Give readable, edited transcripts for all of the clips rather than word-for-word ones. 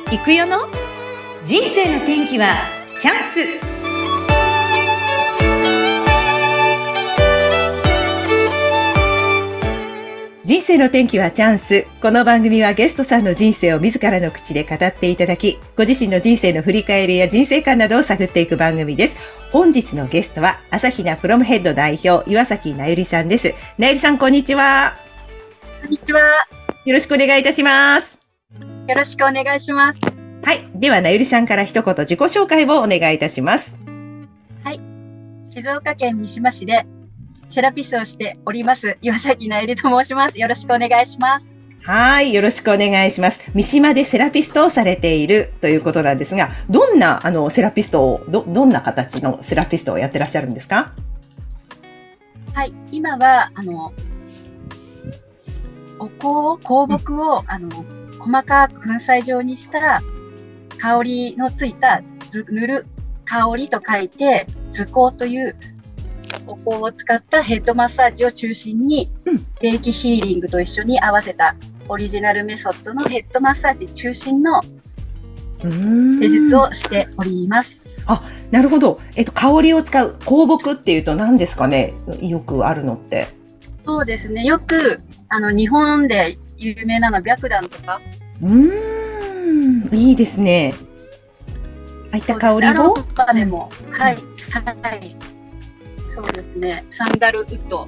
行くよの人生の天気はチャンス。人生の天気はチャンス。この番組はゲストさんの人生を自らの口で語っていただき、ご自身の人生の振り返りや人生観などを探っていく番組です。本日のゲストは朝比奈プロムヘッド代表岩崎なゆりさんです。なゆりさん、こんにちは。 こんにちは。 よろしくお願いいたします。 よろしくお願いします。 はい。ではなゆりさんから一言自己紹介をお願いいたします。 はい。静岡県三島市でセラピストをしております岩崎なゆりと申します。よろしくお願いします。 はい。よろしくお願いします。三島でセラピストをされているということなんですが、どんなセラピストをどんな形のセラピストをやってらっしゃるんですか？ はい。今は香木を細かく粉砕状にした香りのついた塗る香りと書いて図香というお香を使ったヘッドマッサージを中心に、霊気ヒーリングと一緒に合わせたオリジナルメソッドのヘッドマッサージ中心の施術をしております。 あ、なるほど。香りを使う香木っていうと何ですかね？よくあるのって。 そうですね。よく日本で有名なの白檀とか。 いいですね。ああいった香りを。アロマでも、はいはい。そうですね。サンダルウッド。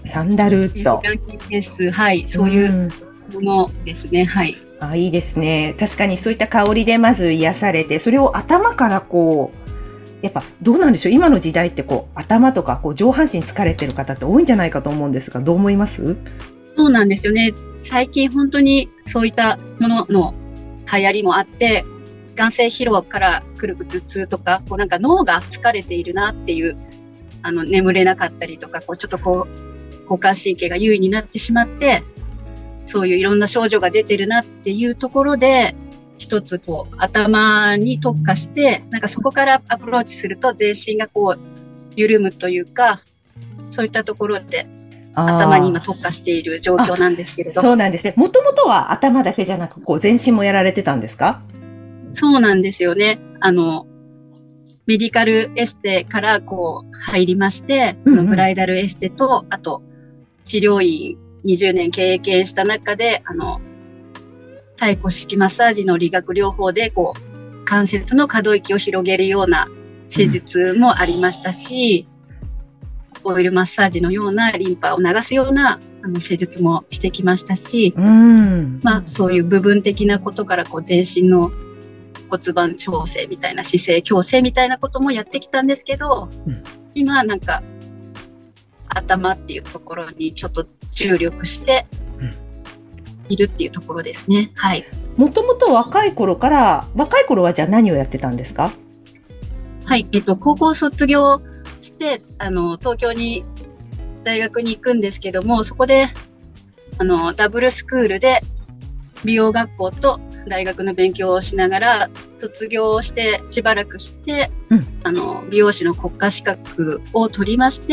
はい、そういうものですね。はい。 あ、いいですね。確かにそういった香りでまず癒されて、それを頭からやっぱどうなんでしょう。今の時代って頭とか上半身疲れてる方って多いんじゃないかと思うんですが、どう思います？ そうなんですよね。最近本当にそういったものの流行りもあって、眼性疲労から来る頭痛とか、なんか脳が疲れているなっていう、眠れなかったりとか、ちょっと交感神経が優位になってしまって、そういういろんな症状が出てるなっていうところで、一つ頭に特化して、なんかそこからアプローチすると全身が緩むというか、そういったところで頭に今特化している状況なんですけれど。 そうなんですね。もともとは頭だけじゃなく全身もやられてたんですか？ そうなんですよね。メディカルエステから入りまして、ブライダルエステと、あと治療院20年経験した中で、太鼓式マッサージの理学療法で関節の可動域を広げるような施術もありましたし、オイルマッサージのようなリンパを流すような施術もしてきましたし、そういう部分的なことから全身の骨盤調整みたいな姿勢矯正みたいなこともやってきたんですけど、今なんか頭っていうところにちょっと注力しているっていうところですね。はい。 もともと若い頃はじゃあ何をやってたんですか？ はい。高校卒業して、東京に大学に行くんですけども、そこで、ダブルスクールで美容学校と大学の勉強をしながら、卒業してしばらくして、美容師の国家資格を取りまして、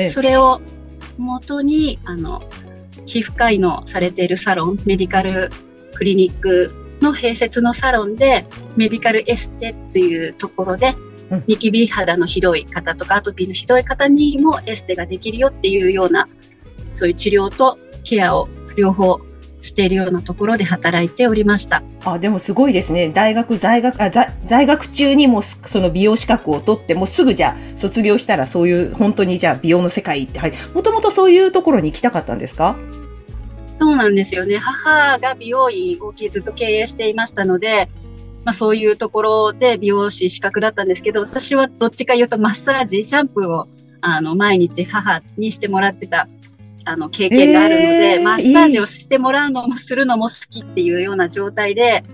それを元に、皮膚科医のされているサロン、メディカルクリニックの併設のサロンで、メディカルエステというところで、ニキビ肌のひどい方とかアトピーのひどい方にもエステができるよっていうような、そういう治療とケアを両方しているようなところで働いておりました。 でもすごいですね。在学中にもその美容資格を取って、もうすぐじゃあ卒業したらそういう本当にじゃあ美容の世界って、もともとそういうところに行きたかったんですか？ そうなんですよね。母が美容院をずっと経営していましたので、そういうところで美容師資格だったんですけど、私はどっちか言うとマッサージ、シャンプーを毎日母にしてもらってた経験があるので、マッサージをしてもらうのもするのも好きっていうような状態で、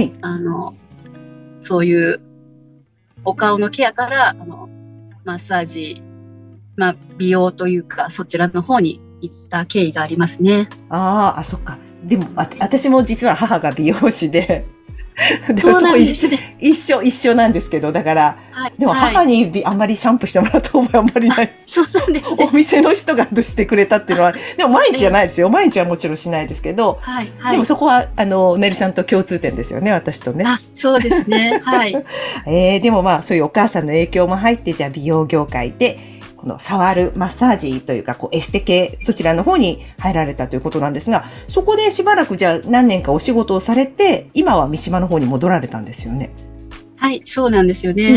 そういうお顔のケアからマッサージ、美容というかそちらの方に行った経緯がありますね。 そっか。でも私も実は母が美容師ででもそうなんですね。 一緒なんですけど、だから、 はい。 でも母はい。 にあんまりシャンプーしてもらった覚えあんまりない。 そうなんですおね。 店の人がしてくれたっていうのは、でも毎日じゃないええ、 ですよ。毎日はもちろんしないですけど、 はい。はい。 でもそこは、ねるさんと共通点ですよね、私とね。 あ、そうですね。はい。 でもまあ、そういうお母さんの影響も入って、じゃあ美容業界で、この触るマッサージというか、こうエステ系、そちらの方に入られたということなんですが、そこでしばらくじゃあ何年かお仕事をされて、今は三島の方に戻られたんですよね。 はい、そうなんですよね。 うん。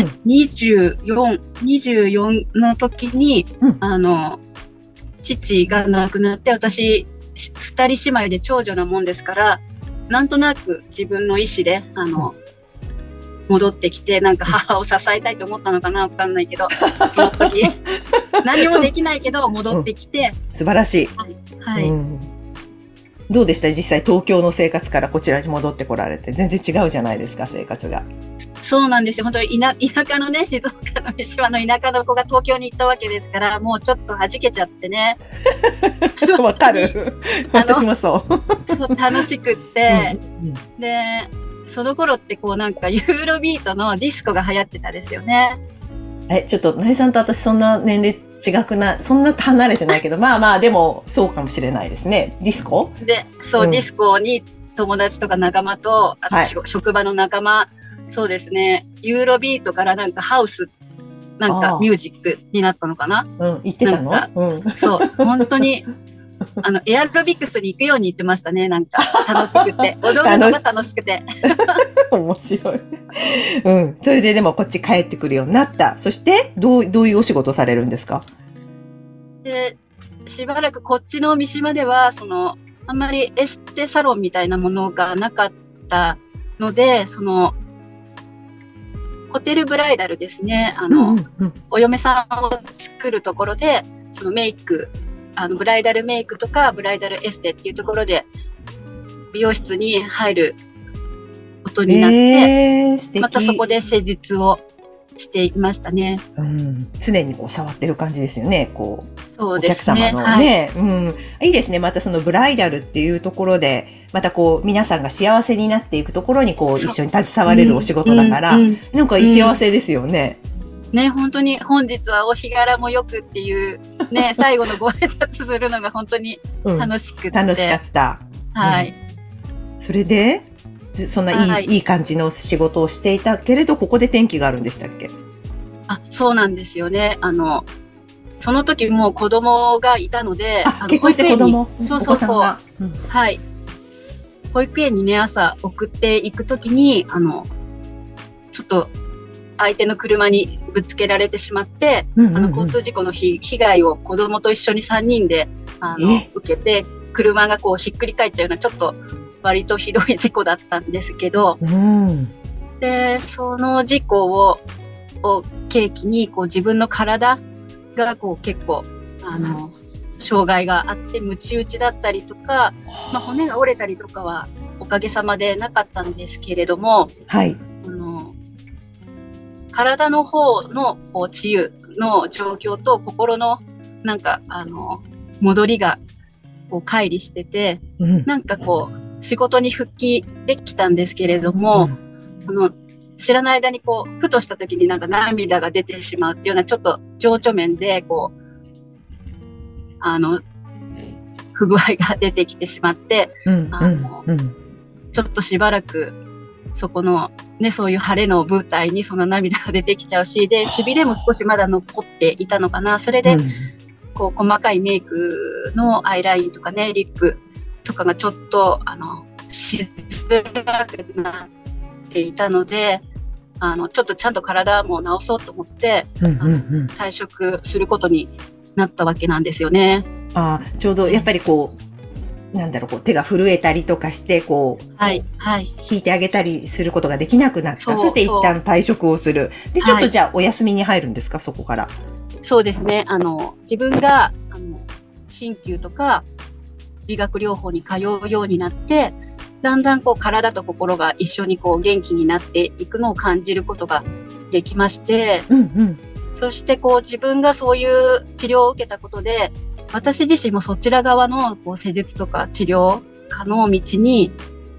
24の時に、 うん。 父が亡くなって、私、二人姉妹で長女なもんですから、なんとなく自分の意思で、 うん。 戻ってきて、なんか母を支えたいと思ったのかな、わかんないけど、その時、何もそう。 できないけど、戻っうん。 てきて、 素晴らしい。 はい。はい。 うん。どうでした実際東京の生活からこちらに戻ってこられて。全然違うじゃないですか、生活が。 そうなんですよ。本当に田舎のね、静岡の三島の田舎の子が東京に行ったわけですから、もうちょっと弾けちゃってね。本わ当に、 かる。 あの、 私もそう。 そう、楽しくっうん。 て、 うん。 で、その頃ってこうなんかユーロビートのディスコが流行ってたですよね。 ちょっと、なえさんと私そんな年齢違くな、そんな離れてないけど、まあまあ、でも、そうかもしれないですね。ディスコ。 で、そう、ディうん。 スコに友達とか仲間と、あとはい。 職場の仲間、そうですね、ユーロビートからなんかハウス、なんかミあュージックになったのかな。 あ、うん。言ってたなんか、 のうん。 そう、本当にエアロビクスに行くように言ってましたね。なんか、楽しくて。踊るのが楽し、 楽しくて。 面白い。うん。それででもこっち帰ってくるようになった。そして、どういうお仕事されるんですか？ で、しばらくこっちの三島では、あんまりエステサロンみたいなものがなかったので、ホテルブライダルですね。 うんうんうん。 お嫁さんを作るところで、そのメイク、ブライダルメイクとか、ブライダルエステっていうところで、美容室に入ることになって、 素またそこ敵。 で施術をしていましたね。 うん。常にこう触ってる感じですよね。こう、 そうお客様ですね。はい。 のね。うん。いいですね。またそのブライダルっていうところで、またこう、皆さんが幸せになっていくところにこう、一そう。 緒に携うわれるお仕ん、 事うん、うだから、 ん、 なんかうん。 幸せですよね。 ね、本当に本日はお日柄もよくっていう、ね、最後のご挨拶するのが本当にうん。 楽しくっ楽しかて。 った。うん。 はい。 それで、そんないい、 はい。 いい感じの仕事をしていたけれど、ここで転機があるんでしたっけ？ あ、そうなんですよね。その時もう子供がいたので、 あ、結保婚して育園に、 子供、うんそうお子そうそう、 さんが。うん。 はい。保育園にね、朝送っていく時に、ちょっと相手の車にぶつけられてしまって、 うんうんうん。 交通事故の被害を子供と一緒に3人で、 え、 受けて、車がこうひっくり返っちゃうような、ちょっと割とひどい事故だったんですけど、 うん。 で、その事故を契機に、こう自分の体がこう結構、障害があって、ムチ打ちだったりとか、まあ、骨が折れたりとかはおかげさまでなかったんですけれども、 はい。 あの体の方のこう治癒の状況と心のなんか戻りがこう乖離してて、 うん。 なんかこう仕事に復帰できたんですけれども、 うん。 知らない間にこうふとした時になんか涙が出てしまうっていうようなちょっと情緒面でこう不具合が出てきてしまって、 うん。うん。うん。 ちょっとしばらくそこのね、そういう晴れの舞台にその涙が出てきちゃうし、で、痺れも少しまだ残っていたのかな。それで、 うん。 こう、細かいメイクのアイラインとかね、リップとかがちょっと、しづらくなっていたので、ちょっとちゃんと体も治そうと思って、 うん。うん。 退職することになったわけなんですよね。 ああ、ちょうどやっぱりこう、なんだろう、こう手が震えたりとかして、こう、 はい、はい。 引いてあげたりすることができなくなった。そしそう、 て一そう。 旦退職をする。で、ちょっはい。 とじゃあお休みに入るんですか、そこから。 そうですね。自分が、鍼灸とか理学療法に通うようになって、だんだんこう体と心が一緒にこう元気になっていくのを感じることができまして、 うんうん。 そしてこう自分がそういう治療を受けたことで、私自身もそちら側のこう施術とか治療可能道に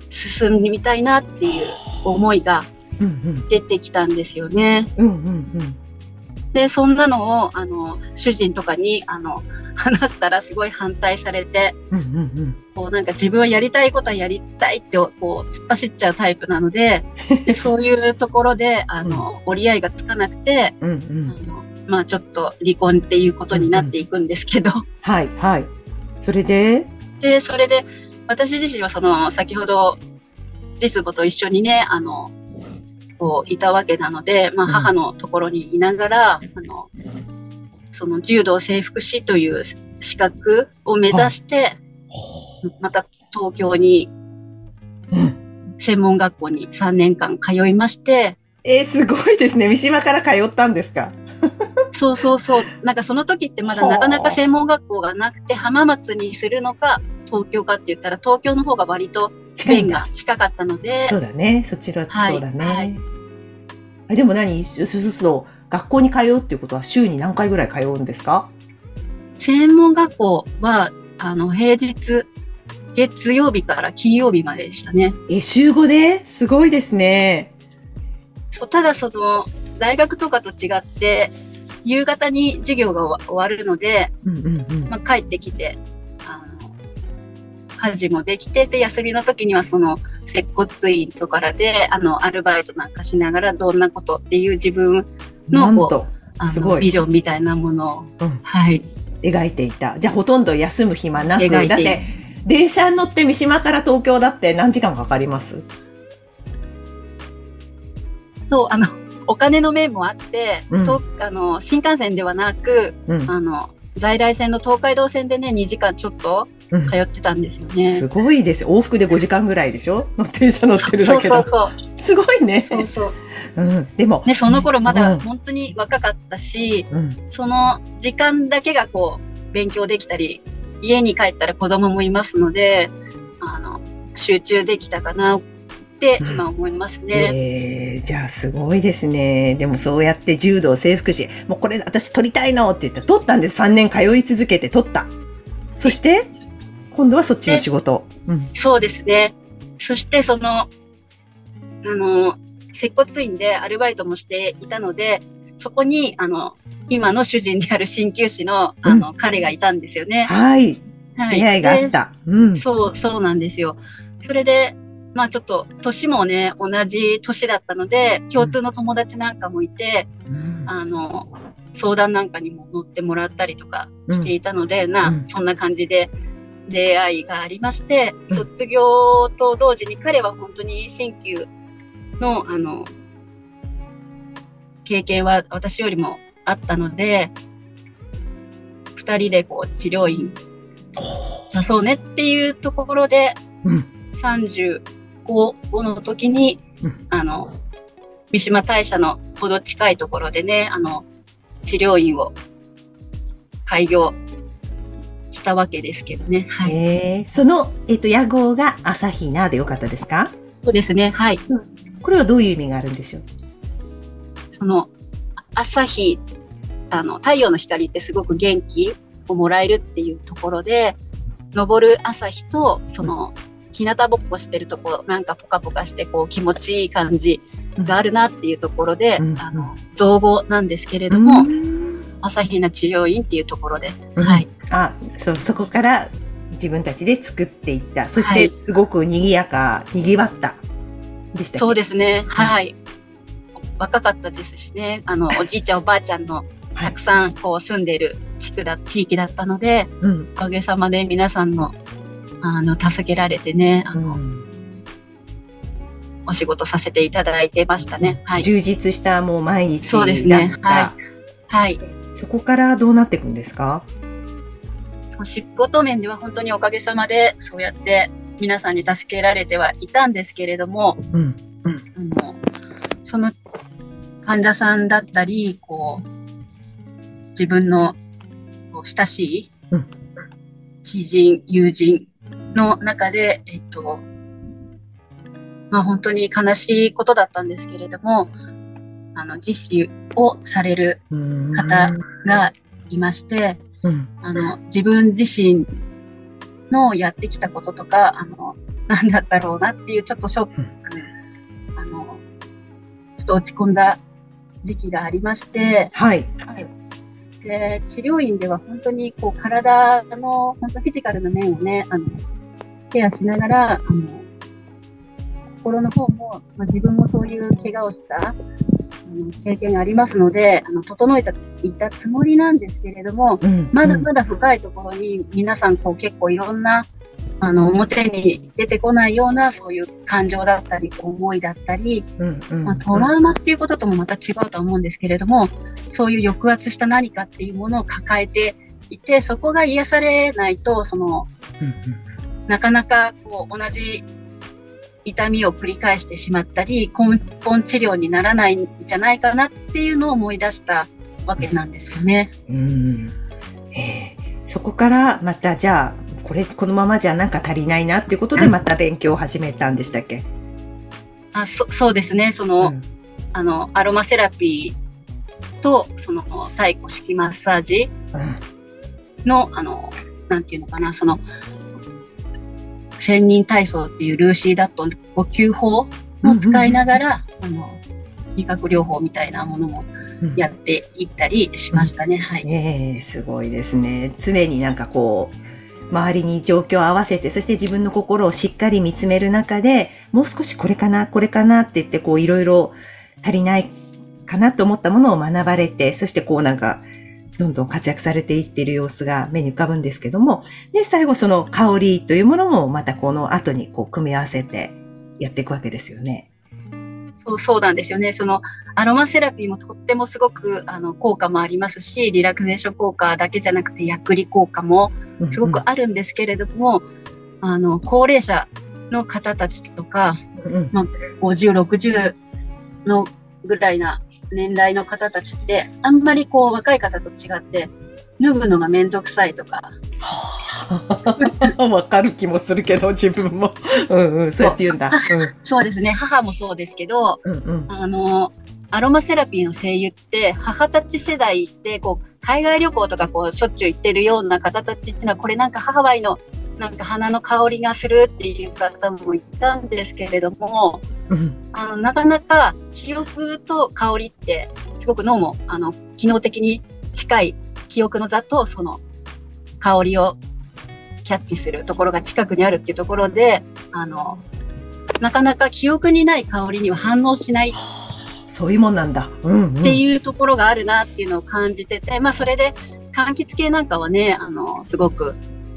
進んでみたいなっていう思いが出てきたんですよね。で、そんなのを、主人とかに、話したらすごい反対されて、こうなんか自分はやりたいことはやりたいって、こう、突っ走っちゃうタイプなので、でそういうところで、折り合いがつかなくて、まあちょっと離婚っていうことになっていくんですけど。 はい、はい。それで、 私自身は先ほど、実母と一緒にね、こういたわけなので、まあ母のところにいながら、その柔道整復師という資格を目指して、また東京に、専門学校に3年間通いまして。 すごいですね。三島から通ったんですか？ そうそうそう。なんかその時ってまだなかなか専門学校がなくて、浜松にするのか、東京かって言ったら、東京の方が割と便が近かったので。 そうだね。そちら、そうだね。でも学校に通うっていうことは週に何回ぐらい通うんですか？ 専門学校は、平日、月曜日から金曜日まででしたね。 週5で？すごいですね。 そう、ただ大学とかと違って、夕方に授業が終わるので、まあ、帰ってきて、家事もできて、で、休みの時には接骨院とかで、アルバイトなんかしながらどんなことっていう自分の、すごい。ビジョンみたいなものを、はい。 描いていた。じゃあ、ほとんど休む暇なく、だって、電車に乗って三島から東京だって何時間かかります？ そう、お金の面もあって、新幹線ではなく、在来線の東海道線でね、2時間ちょっと通ってたんですよね。 すごいです。往復で5時間ぐらいでしょ？電車乗ってるだけだ。そう。すごいね。 そうそう。 でも。 ね、その頃まだ本当に若かったし、その時間だけがこう、勉強できたり、家に帰ったら子供もいますので、集中できたかなって今思いますね。 じゃあすごいですね。でもそうやって柔道整復師、もうこれ私取りたいのって言って取ったんです。3年通い続けて取った。そして、今度はそっちの仕事。 そうですね。そして接骨院でアルバイトもしていたので、そこに、今の主人である鍼灸師の、彼がいたんですよね。 はい。出会いがあった。 そうなんですよ。それで、まあちょっと、年もね、同じ年だったので、共通の友達なんかもいて、相談なんかにも乗ってもらったりとかしていたので、そんな感じで出会いがありまして、卒業と同時に彼は本当に鍼灸の、経験は私よりもあったので、二人でこう治療院出そうねっていうところで、35の時に、三島大社のほど近いところでね、治療院を開業したわけですけどね。はい。 その、屋号が朝比奈でよかったですか？ そうですね。はい。 これはどういう意味があるんでしょう？ 朝日、太陽の光ってすごく元気をもらえるっていうところで、昇る朝日と、日向ぼっこしてるとこ、なんかポカポカして、こう気持ちいい感じがあるなっていうところで、造語なんですけれども、朝比奈治療院っていうところで、はい。 そこから自分たちで作っていった。そして、すごく賑わったでしたっけ？ そうですね。はい。若かったですしね。おじいちゃんおばあちゃんのたくさんこう住んでいる地域だったので、おかげさまで皆さんの、助けられてね、お仕事させていただいてましたね。はい。 充実したもう毎日だった。 そうですね。はい。はい。 そこからどうなっていくんですか？ 仕事面では本当におかげさまで、そうやって皆さんに助けられてはいたんですけれども、その患者さんだったり、こう、自分の親しい知人、友人の中で、まあ本当に悲しいことだったんですけれども、自死をされる方がいまして、自分自身のやってきたこととか、 なんだったろうなっていうちょっとショック、ちょっと落ち込んだ時期がありまして、 はい。 で、治療院では本当にこう体の本当フィジカルな面をね、ケアしながら、心の方も、自分もそういう怪我をした経験がありますので、整えていたつもりなんですけれども、まだまだ深いところに皆さんこう結構いろんな表に出てこないようなそういう感情だったり思いだったり、トラウマっていうことともまた違うとは思うんですけれども、そういう抑圧した何かっていうものを抱えていて、そこが癒されないとなかなかこう同じ痛みを繰り返してしまったり、根本治療にならないんじゃないかなっていうのを思い出したわけなんですよね。 そこからまたじゃあこのままじゃなんか足りないなっていうことでまた勉強を始めたんでしたっけ？ そうですね。アロマセラピーと太鼓式マッサージの、なんていうのかな、千人体操っていうルーシーダットの呼吸法も使いながら、理学療法みたいなものもやっていったりしましたね。はい。 すごいですね。常になんかこう、周りに状況を合わせて、そして自分の心をしっかり見つめる中で、もう少しこれかなって言って、こういろいろ足りないかなと思ったものを学ばれて、そしてこうなんか、どんどん活躍されていっている様子が目に浮かぶんですけども、で、最後その香りというものもまたこの後にこう組み合わせてやっていくわけですよね。 そうなんですよね。アロマセラピーもとってもすごく効果もありますし、リラクゼーション効果だけじゃなくて薬理効果もすごくあるんですけれども、高齢者の方たちとか、50、60のぐらいな年代の方たちって、あんまりこう若い方と違って、脱ぐのがめんどくさいとか。 わかる気もするけど、自分も。そうやって言うんだ。 そうですね。母もそうですけど、アロマセラピーの精油って、母たち世代って、こう、海外旅行とかこう、しょっちゅう行ってるような方たちっていうのは、これなんかハワイのなんか花の香りがするっていう方もいたんですけれども、なかなか記憶と香りってすごく脳も機能的に近い記憶の座とその香りをキャッチするところが近くにあるっていうところでなかなか記憶にない香りには反応しないそういうもんなんだ、 っていうところがあるなっていうのを感じてて、それで柑橘系なんかはねすごく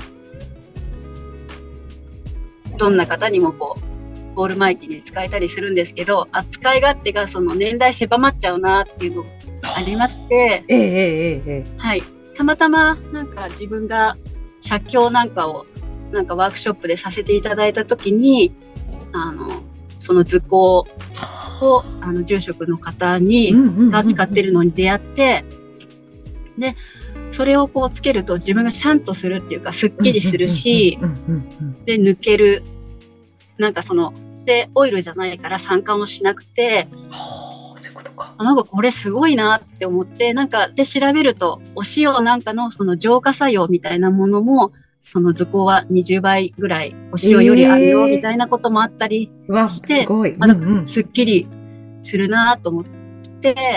どんな方にもこうオールマイティに使えたりするんですけど、扱い勝手がその年代狭まっちゃうなっていうのがありまして、はい。たまたまなんか自分が写経なんかをなんかワークショップでさせていただいたときに、その図工を住職の方が使ってるのに出会って、で、それをこうつけると自分がシャンとするっていうか、すっきりするし、で、抜ける。なんかで、オイルじゃないから酸化もしなくて、 そういうことか。 なんかこれすごいなって思って、なんかで調べると、お塩なんかのその浄化作用みたいなものも、その図工は20倍ぐらいお塩よりあるよみたいなこともあったりして、 すごい。 すっきりするなと思って、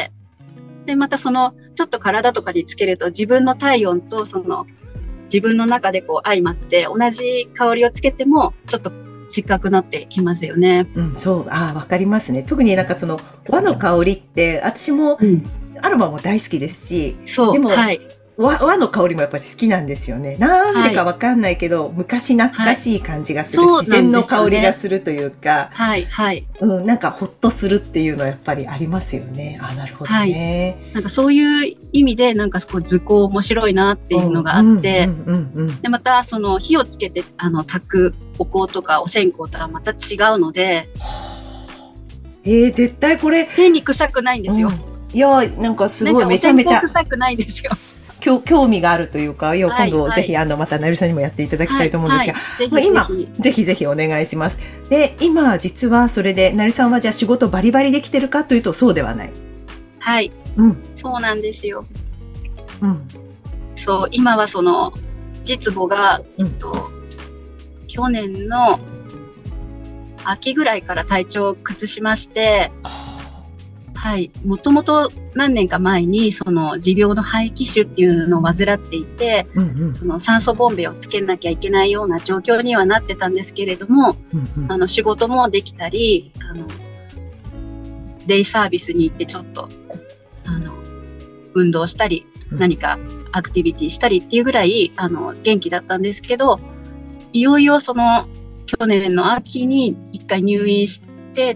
で、またちょっと体とかにつけると自分の体温と自分の中でこう相まって同じ香りをつけてもちょっと近くなってきますよね。 そう、わかりますね。特になんか和の香りって、私も、アロマも大好きですし、でも、はい、和の香りもやっぱり好きなんですよね。なんでかわかんないけど、昔懐かしい感じがする、自然の香りがするというか、なんかほっとするっていうのはやっぱりありますよね。なるほどね。 なんかそういう意味で、なんか図工面白いなっていうのがあって、で、また火をつけて炊くお香とかお線香とはまた違うので、 絶対これ手に臭くないんですよ。 いや、なんかすごいめちゃめちゃ。 臭くないですよ。 興味があるというか、今度ぜひまたなるさんにもやっていただきたいと思うんですが、今、ぜひぜひお願いします。で、今実はそれで、なるさんはじゃあ仕事バリバリできてるかというとそうではない。 はい。そうなんですよ。そう、今は実母が、去年の秋ぐらいから体調を崩しまして、はい。もともと何年か前に、その持病の肺気腫っていうのを患っていて、その酸素ボンベをつけなきゃいけないような状況にはなってたんですけれども、仕事もできたり、デイサービスに行ってちょっと、運動したり、何かアクティビティしたりっていうぐらい、元気だったんですけど、いよいよその、去年の秋に一回入院して、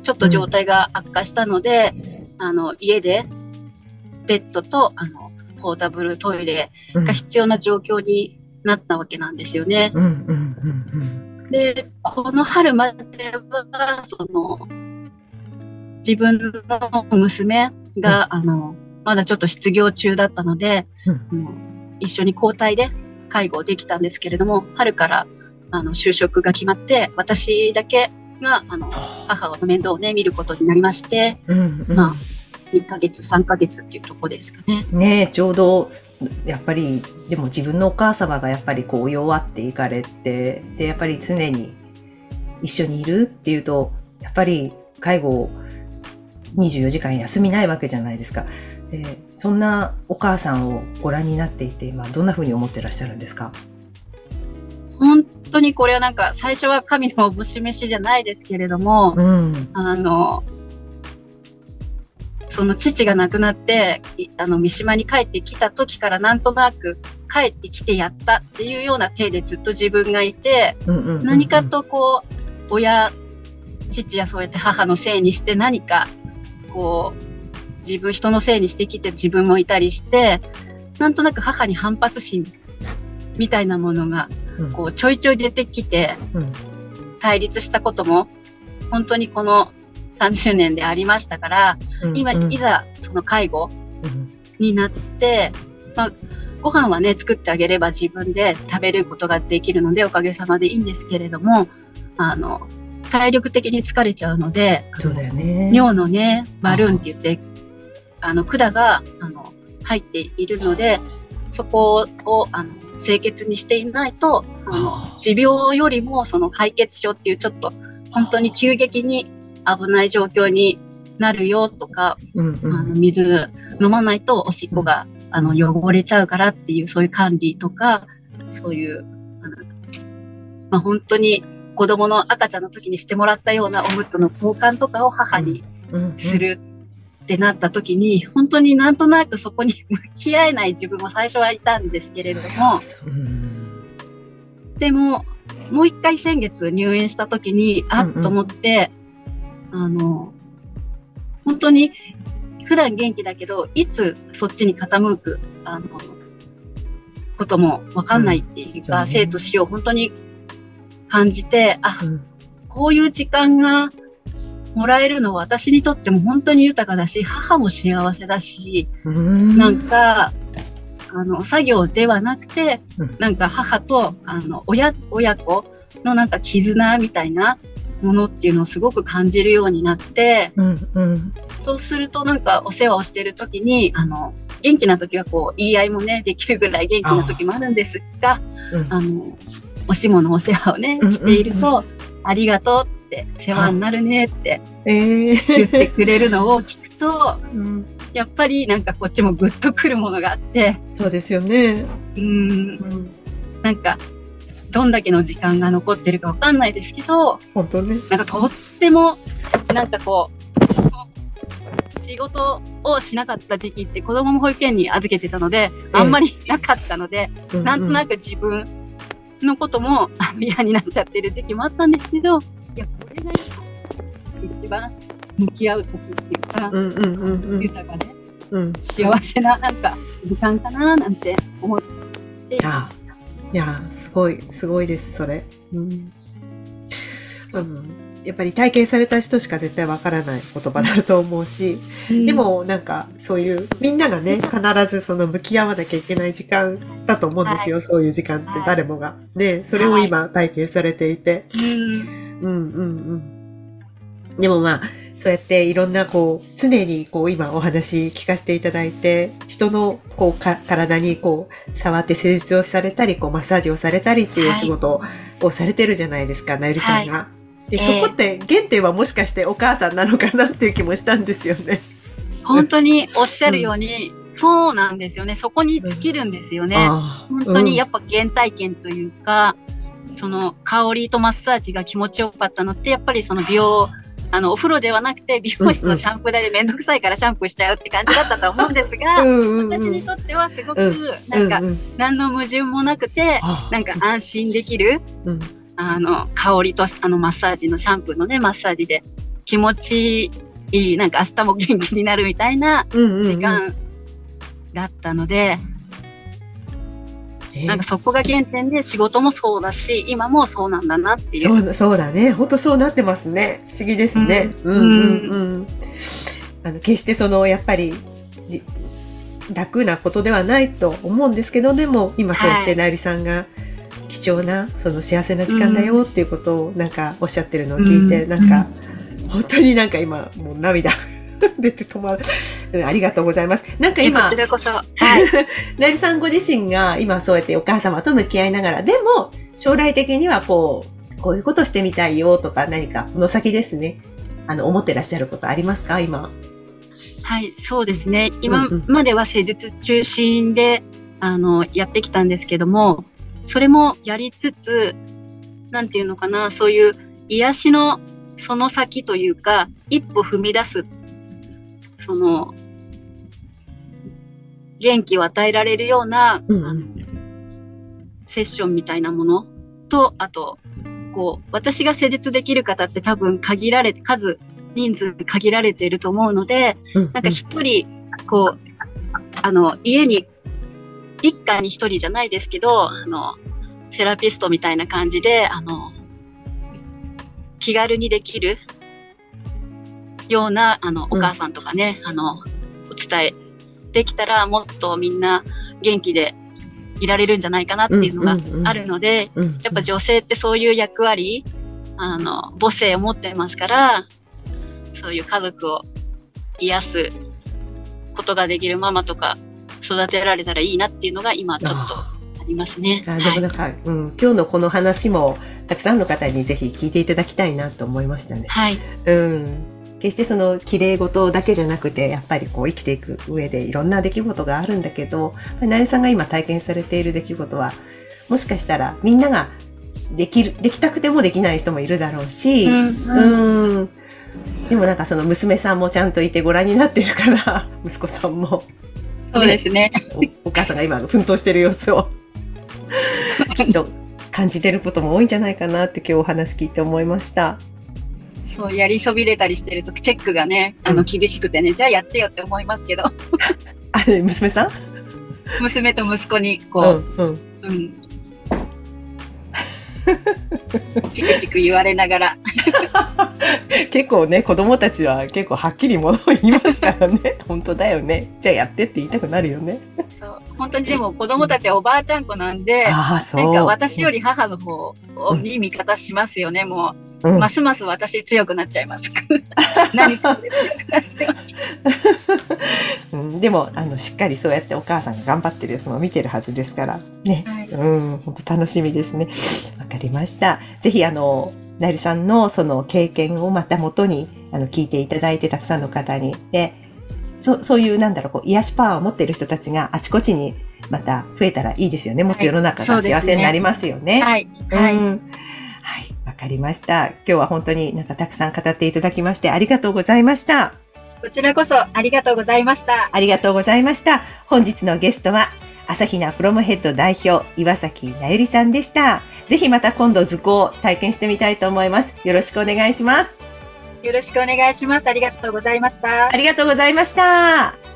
ちょっと状態が悪化したので、家でベッドとポータブルトイレが必要な状況になったわけなんですよね。で、この春までは、その、自分の娘が、まだちょっと失業中だったので、一緒に交代で介護できたんですけれども、春から就職が決まって、私だけが、母の面倒をね、見ることになりまして、まあ、2ヶ月、3ヶ月っていうとこですかね。 ねえ、ちょうど、やっぱり、でも自分のお母様がやっぱりこう弱っていかれて、で、やっぱり常に一緒にいるっていうと、やっぱり介護24時間休みないわけじゃないですか。で、そんなお母さんをご覧になっていて、今どんな風に思ってらっしゃるんですか？ 本当にこれはなんか最初は神のおぼし飯じゃないですけれども、その父が亡くなって三島に帰ってきた時からなんとなく帰ってきてやったっていうような体でずっと自分がいて、何かとこう父やそうやって母のせいにして何かこう人のせいにしてきて自分もいたりして、なんとなく母に反発心みたいなものがこうちょいちょい出てきて、対立したことも本当にこの30年でありましたから、今いざその介護になって、まあご飯はね作ってあげれば自分で食べることができるのでおかげさまでいいんですけれども、体力的に疲れちゃうので、 そうだよね。 尿のねバルーンって言って管が入っているので、そこを清潔にしていないと持病よりもその敗血症っていうちょっと本当に急激に危ない状況になるよとか、水飲まないとおしっこが汚れちゃうからっていうそういう管理とか、そういうまあ本当に子供の赤ちゃんの時にしてもらったようなおむつの交換とかを母にするってなった時に、本当になんとなくそこに向き合えない自分も最初はいたんですけれども、でももう一回先月入院した時にあっと思って、本当に普段元気だけどいつそっちに傾くこともわかんないっていうか、生と死を本当に感じて、こういう時間がもらえるのは私にとっても本当に豊かだし、母も幸せだし、なんか作業ではなくて、なんか母と親子のなんか絆みたいなものっていうのをすごく感じるようになって、そうするとなんかお世話をしている時に元気な時はこう言い合いもねできるぐらい元気な時もあるんですが、おしものお世話をねしていると、ありがとうって世話になるねって言ってくれるのを聞くと、やっぱりなんかこっちもグッとくるものがあって。 そうですよね。 なんかどんだけの時間が残ってるかわかんないですけど、 本当ね。 なんかとってもなんかこう仕事をしなかった時期って子供も保育園に預けてたので、あんまりなかったので、なんとなく自分のことも嫌になっちゃってる時期もあったんですけど、いやこれが一番向き合う時っていうか、豊かで、幸せななんか時間かななんて思って。 いや、すごいです、それ。やっぱり体験された人しか絶対わからない言葉だと思うし、でもなんかそういうみんながね、必ずその向き合わなきゃいけない時間だと思うんですよ、そういう時間って誰もが。ね、それを今体験されていて。でもまあ、そうやっていろんなこう、常にこう今お話聞かせていただいて、人のこう体にこう触って施術をされたり、こうマッサージをされたりっていう仕事をされてるじゃないですか、なゆりさんが。 で、そこって原点はもしかしてお母さんなのかなっていう気もしたんですよね。 本当におっしゃるように、そうなんですよね。そこに尽きるんですよね。本当にやっぱ原体験というか、その香りとマッサージが気持ちよかったのって、やっぱりそのお風呂ではなくて美容室のシャンプー台でめんどくさいからシャンプーしちゃうって感じだったと思うんですが、私にとってはすごくなんか何の矛盾もなくて、なんか安心できる、香りとマッサージのシャンプーのね、マッサージで気持ちいい、なんか明日も元気になるみたいな時間だったので、なんかそこが原点で仕事もそうだし、今もそうなんだなっていう。 そうだね。本当そうなってますね。不思議ですね。決してやっぱり楽なことではないと思うんですけど、でも今そうやってなゆりさんが貴重な幸せな時間だよっていうことをなんかおっしゃってるのを聞いて、なんか本当になんか今もう涙出て止まる。ありがとうございます。なんか今、 こちらこそ。はい。 なゆりさんご自身が今そうやってお母様と向き合いながら、でも将来的にはこういうことしてみたいよとか何かこの先ですね、思ってらっしゃることありますか今？ はい、そうですね。今までは施術中心で、やってきたんですけども、それもやりつつ、なんていうのかな、そういう癒しのその先というか、一歩踏み出す、元気を与えられるような、セッションみたいなものと、あと、私が施術できる方って多分人数限られていると思うので、なんか一人、家に、一家に一人じゃないですけど、セラピストみたいな感じで、気軽にできるような、お母さんとかね、お伝えできたら、もっとみんな元気でいられるんじゃないかなっていうのがあるので、やっぱ女性ってそういう役割、母性を持ってますから、そういう家族を癒すことができるママとか育てられたらいいなっていうのが今ちょっとありますね。 でもなんか、今日のこの話もたくさんの方にぜひ聞いていただきたいなと思いましたね。 はい。 決して綺麗事だけじゃなくて、やっぱり生きていく上でいろんな出来事があるんだけど、なゆりさんが今体験されている出来事は、もしかしたらみんなができたくてもできない人もいるだろうし、でもなんか娘さんもちゃんといてご覧になってるから、息子さんも。 そうですね。 お母さんが今奮闘してる様子をきっと感じてることも多いんじゃないかなって今日お話聞いて思いました。 そう、やりそびれたりしてるとチェックがね、厳しくてね、じゃあやってよって思いますけど。 娘さん？ 娘と息子にチクチク言われながら。 結構ね、子供たちは結構はっきりものを言いますからね。本当だよね。じゃあやってって言いたくなるよね。 そう。本当にでも子供たちはおばあちゃん子なんで、なんか私より母の方に味方しますよね、もう。ますます私強くなっちゃいます。何かで強くなっちゃいます。 でもしっかりそうやってお母さんが頑張ってる様子も見てるはずですからね。本当楽しみですね。わかりました。ぜひなゆりさんのその経験をまた元に聞いていただいて、たくさんの方にで、そういう癒しパワーを持っている人たちがあちこちにまた増えたらいいですよね。もっと世の中が幸せになりますよね。 はい。 わかりました。今日は本当になんかたくさん語っていただきましてありがとうございました。 こちらこそありがとうございました。 ありがとうございました。本日のゲストは朝比奈フロムヘッド代表岩崎なゆりさんでした。ぜひまた今度図工体験してみたいと思います。よろしくお願いします。 よろしくお願いします。ありがとうございました。 ありがとうございました。